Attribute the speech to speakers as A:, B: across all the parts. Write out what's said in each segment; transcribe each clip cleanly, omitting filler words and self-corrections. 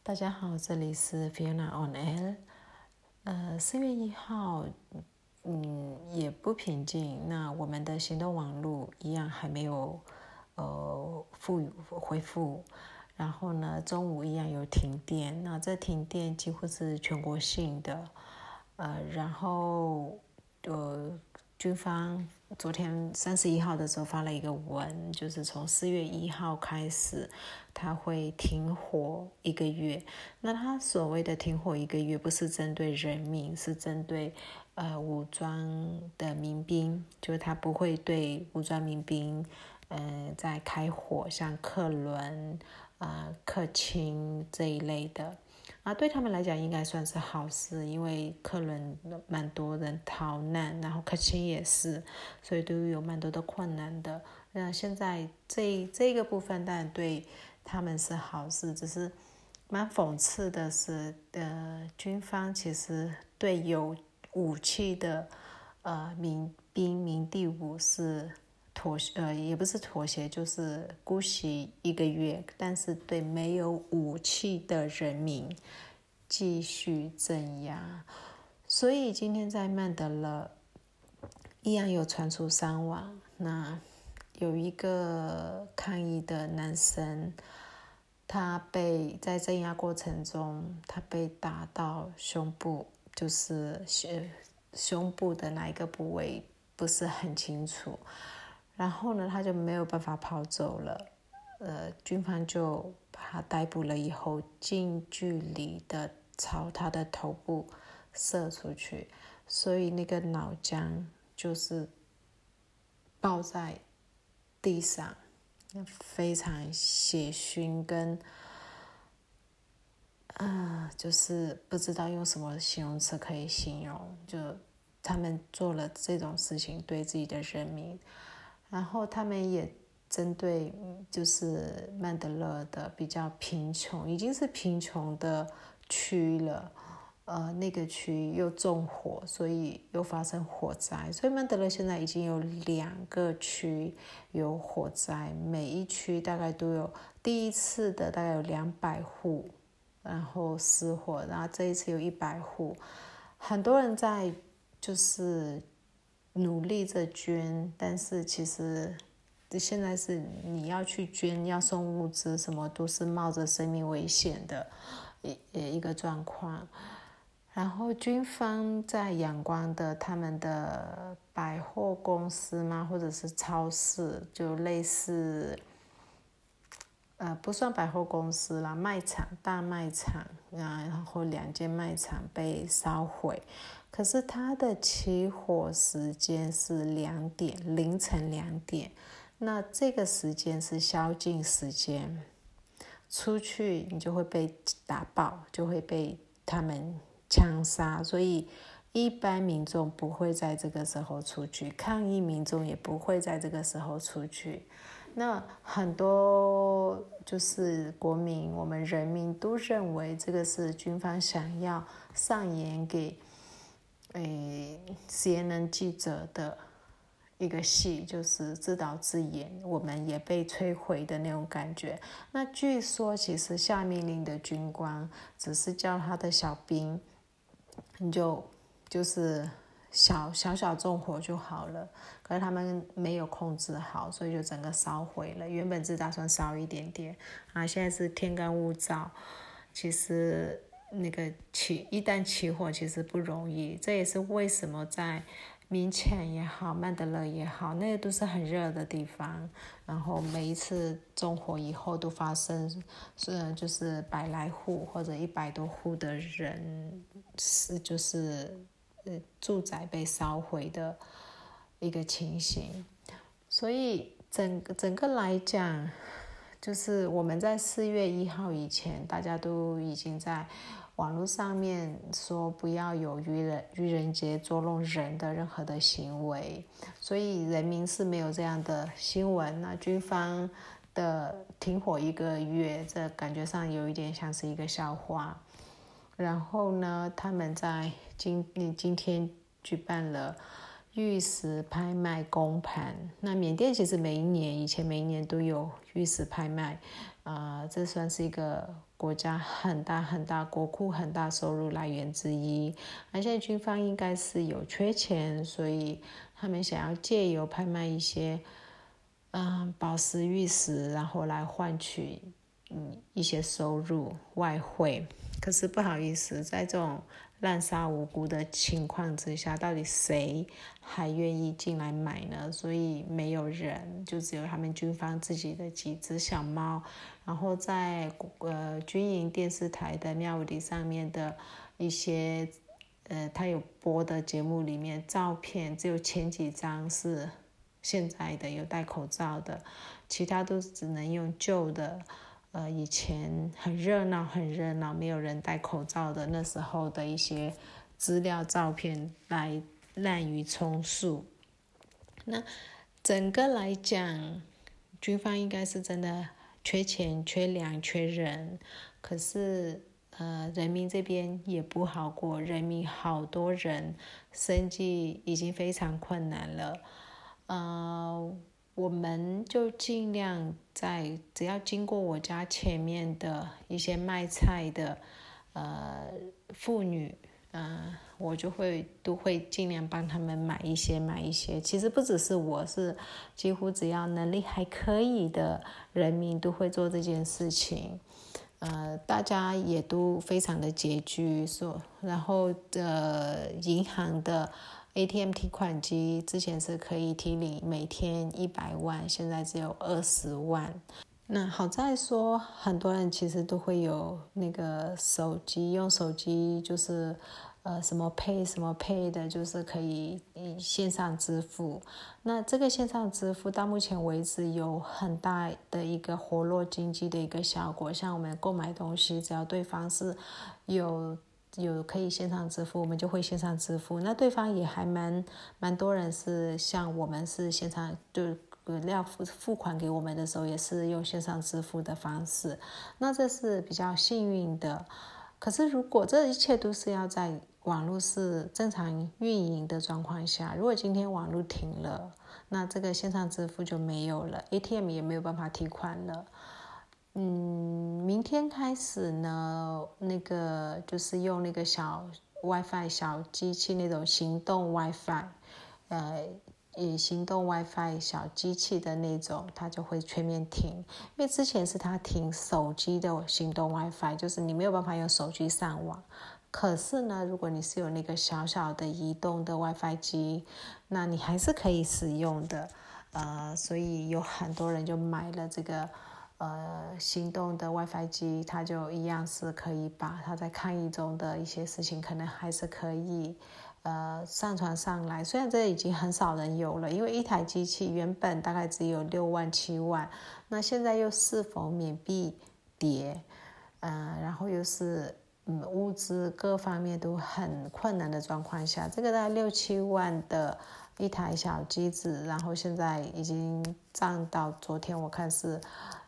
A: 大家好，这里是 Fiona on Air。4月1号，也不平静。那我们的行动网络一样还没有恢复。然后呢，中午一样有停电。那这停电几乎是全国性的。然后军方昨天31号的时候发了一个文，就是从4月1号开始，他会停火1个月。那他所谓的停火1个月，不是针对人民，是针对武装的民兵，就是他不会对武装民兵在开火，像客轮、客轻这一类的。对他们来讲应该算是好事，因为客轮蛮多人逃难，然后客轻也是，所以都有蛮多的困难的。那现在这个部分当然对他们是好事，只是蛮讽刺的是，军方其实对有武器的民第武是也不是妥协，就是姑息1个月，但是对没有武器的人民继续镇压。所以今天在曼德勒一样有传出伤亡。那有一个抗议的男生，他在镇压过程中，他被打到胸部，就是胸部的哪一个部位不是很清楚。然后呢，他就没有办法跑走了。军方就把他逮捕了以后，近距离的朝他的头部射出去，所以那个脑浆就是爆在地上，非常血腥跟就是不知道用什么形容词可以形容，就他们做了这种事情对自己的人民。然后他们也针对就是曼德勒的比较贫穷，已经是贫穷的区了，那个区又纵火，所以又发生火灾。所以曼德勒现在已经有2个区有火灾，每一区大概都有，第一次的大概有200户，然后失火，然后这一次有100户，很多人在就是努力着捐，但是其实现在是你要去捐，要送物资，什么都是冒着生命危险的一个状况。然后军方在仰光的他们的百货公司嘛，或者是超市，就类似不算百货公司啦，大卖场，然后2间卖场被烧毁。可是它的起火时间是凌晨2点，那这个时间是宵禁时间，出去你就会被打爆，就会被他们枪杀，所以一般民众不会在这个时候出去，抗议民众也不会在这个时候出去。那很多就是国民，我们人民都认为这个是军方想要上演给CNN 记者的一个戏，就是自导自演，我们也被摧毁的那种感觉。那据说其实下命令的军官只是叫他的小兵，你就是小纵火就好了，可是他们没有控制好，所以就整个烧毁了。原本是打算烧一点点现在是天干物燥，其实那个一旦起火其实不容易。这也是为什么在民前也好，曼德勒也好，那个都是很热的地方，然后每一次纵火以后都发生就是100来户或者100多户的人就是住宅被烧毁的一个情形。所以整个来讲，就是我们在4月1号以前，大家都已经在网络上面说不要有愚人节捉弄人的任何的行为，所以人民是没有这样的新闻。那军方的停火1个月，这感觉上有一点像是一个笑话。然后呢，他们在今天举办了玉石拍卖公盘。那缅甸其实以前每一年都有玉石拍卖，这算是一个国家很大很大国库很大收入来源之一。而现在军方应该是有缺钱，所以他们想要借由拍卖一些宝石玉石，然后来换取一些收入外汇。可是不好意思，在这种滥杀无辜的情况之下，到底谁还愿意进来买呢？所以没有人，就只有他们军方自己的几只小猫。然后在军营电视台的庙里上面的一些他有播的节目里面照片，只有前几张是现在的有戴口罩的，其他都只能用旧的以前很热闹没有人戴口罩的那时候的一些资料照片来滥竽充数。那整个来讲，军方应该是真的缺钱缺粮缺人，可是人民这边也不好过，人民好多人生计已经非常困难了。我们就尽量只要经过我家前面的一些卖菜的妇女，我都会尽量帮他们买一些。其实不只是我，是几乎只要能力还可以的人民都会做这件事情。大家也都非常的拮据，然后银行的ATM 提款机之前是可以提领每天100万，现在只有20万。那好在说很多人其实都会有那个手机，用手机就是什么 pay 的，就是可以线上支付。那这个线上支付到目前为止有很大的一个活络经济的一个效果。像我们购买东西，只要对方是有可以线上支付，我们就会线上支付。那对方也还蛮多人是像我们是线上就要付款给我们的时候，也是用线上支付的方式。那这是比较幸运的。可是如果这一切都是要在网络是正常运营的状况下，如果今天网络停了，那这个线上支付就没有了， ATM 也没有办法提款了。明天开始呢，那个就是用那个小 WiFi 小机器，那种行动 WiFi，行动 WiFi 小机器的那种，它就会全面停。因为之前是它停手机的行动 WiFi， 就是你没有办法用手机上网。可是呢，如果你是有那个小小的移动的 WiFi 机，那你还是可以使用的。所以有很多人就买了这个行动的 WiFi 机，它就一样是可以把它在抗疫中的一些事情可能还是可以上传上来。虽然这已经很少人有了，因为一台机器原本大概只有6万7万，那现在又适逢缅币跌，然后又是物资各方面都很困难的状况下，这个大概6、7万的一台小机子，然后现在已经涨到昨天我看是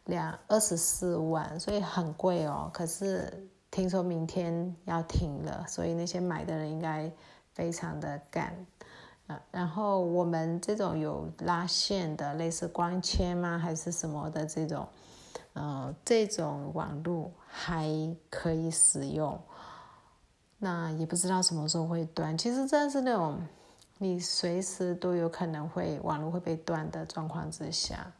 A: 24万，所以很贵哦。可是听说明天要停了，所以那些买的人应该非常的赶。然后我们这种有拉线的，类似光纤吗还是什么的这种网路还可以使用。那也不知道什么时候会断。其实真的是那种你随时都有可能网路会被断的状况之下，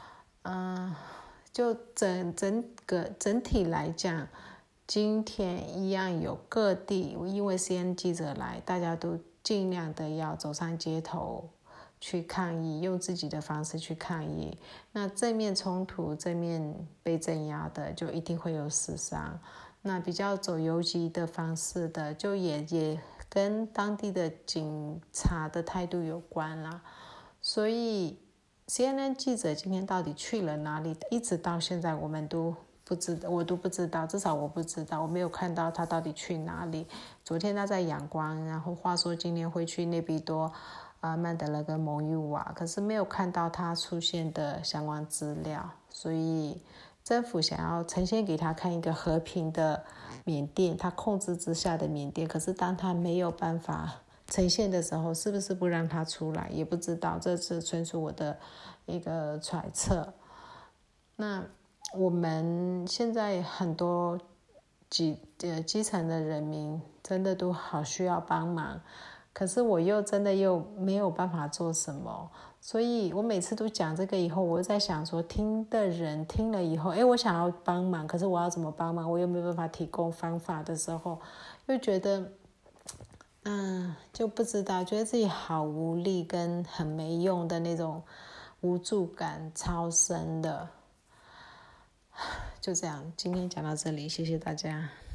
A: 就整体来讲，今天一样有各地，因为 CNN 记者来，大家都尽量的要走上街头去抗议，用自己的方式去抗议。那正面冲突、正面被镇压的，就一定会有死伤。那比较走游击的方式的，就也跟当地的警察的态度有关啦。所以 CNN 记者今天到底去了哪里，一直到现在我们都不知道，我都不知道，至少我不知道，我没有看到他到底去哪里。昨天他在仰光，然后话说今天会去内比多、曼德勒跟蒙语瓦，可是没有看到他出现的相关资料。所以政府想要呈现给他看一个和平的缅甸，他控制之下的缅甸，可是当他没有办法呈现的时候，是不是不让他出来也不知道，这是纯属我的一个揣测。那我们现在很多基层的人民真的都好需要帮忙，可是我真的没有办法做什么，所以我每次都讲这个以后，我就在想说，听的人听了以后，我想要帮忙，可是我要怎么帮忙？我又没有办法提供方法的时候，又觉得，就不知道，觉得自己好无力跟很没用的那种无助感超深的。就这样，今天讲到这里，谢谢大家。